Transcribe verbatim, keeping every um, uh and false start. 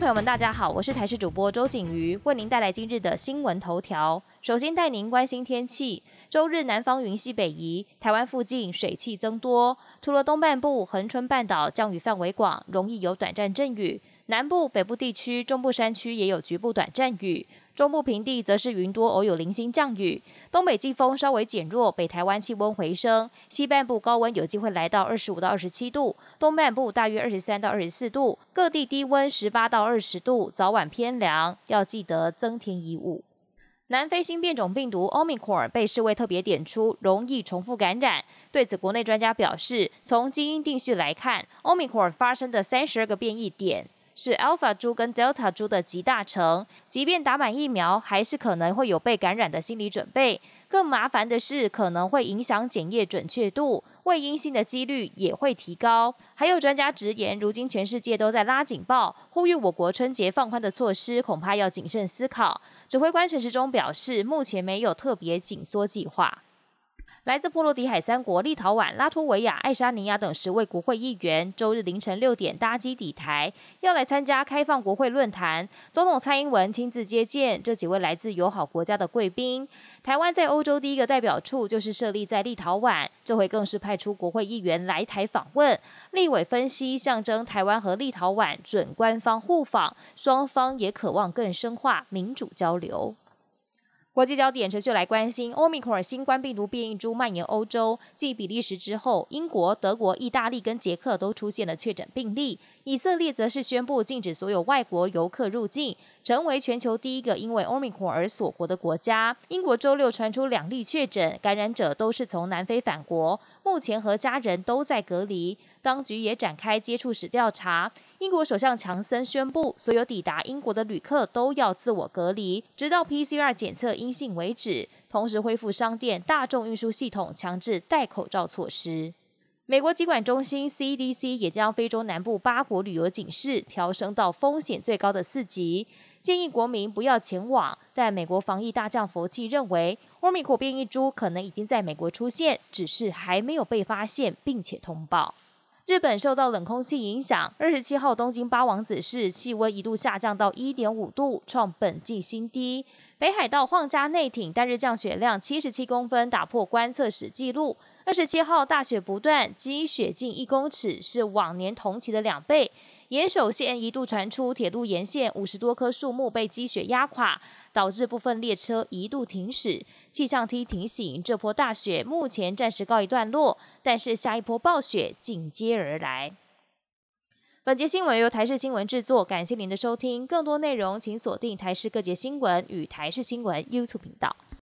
朋友们，大家好，我是台视主播周景瑜，为您带来今日的新闻头条。首先带您关心天气。周日南方云系北移，台湾附近水汽增多，除了东半部、恒春半岛降雨范围广，容易有短暂阵雨。南部、北部地区、中部山区也有局部短暂雨，中部平地则是云多，偶有零星降雨。东北季风稍微减弱，北台湾气温回升，西半部高温有机会来到二十五到二十七度，东半部大约二十三到二十四度，各地低温十八到二十度，早晚偏凉，要记得增添衣物。南非新变种病毒 Omicron 被世卫特别点出，容易重复感染。对此，国内专家表示，从基因定序来看 ，Omicron 发生的三十二个变异点是 Alpha 株跟 Delta 株的集大成，即便打满疫苗，还是可能会有被感染的心理准备。更麻烦的是，可能会影响检验准确度，未阴性的几率也会提高。还有专家直言，如今全世界都在拉警报，呼吁我国春节放宽的措施，恐怕要谨慎思考。指挥官陈时中表示，目前没有特别紧缩计划。来自波罗的海三国立陶宛、拉脱维亚、爱沙尼亚等十位国会议员，周日凌晨六点搭机抵台，要来参加开放国会论坛。总统蔡英文亲自接见这几位来自友好国家的贵宾。台湾在欧洲第一个代表处就是设立在立陶宛，这回更是派出国会议员来台访问。立委分析，象征台湾和立陶宛准官方互访，双方也渴望更深化民主交流。国际焦点持续来关心 Omicron 新冠病毒变异株蔓延欧洲，继比利时之后，英国、德国、意大利跟捷克都出现了确诊病例。以色列则是宣布禁止所有外国游客入境，成为全球第一个因为 Omicron 而锁国的国家。英国周六传出两例确诊，感染者都是从南非返国，目前和家人都在隔离。当局也展开接触史调查。英国首相强森宣布，所有抵达英国的旅客都要自我隔离，直到 P C R 检测阴性为止。同时恢复商店、大众运输系统强制戴口罩措施。美国疾管中心 C D C 也将非洲南部八国旅游警示调升到风险最高的四级，建议国民不要前往。但美国防疫大将佛奇认为，欧米克变异株可能已经在美国出现，只是还没有被发现并且通报。日本受到冷空气影响，二十七号东京八王子市气温一度下降到 一点五度，创本季新低。北海道晃家内町单日降雪量七十七公分，打破观测史纪录。二十七号大雪不断，积雪近一公尺，是往年同期的两倍。岩手县一度传出铁路沿线五十多棵树木被积雪压垮，导致部分列车一度停驶。气象厅提醒，这波大雪目前暂时告一段落，但是下一波暴雪紧接而来。本节新闻由台视新闻制作，感谢您的收听。更多内容请锁定台视各节新闻与台视新闻 YouTube 频道。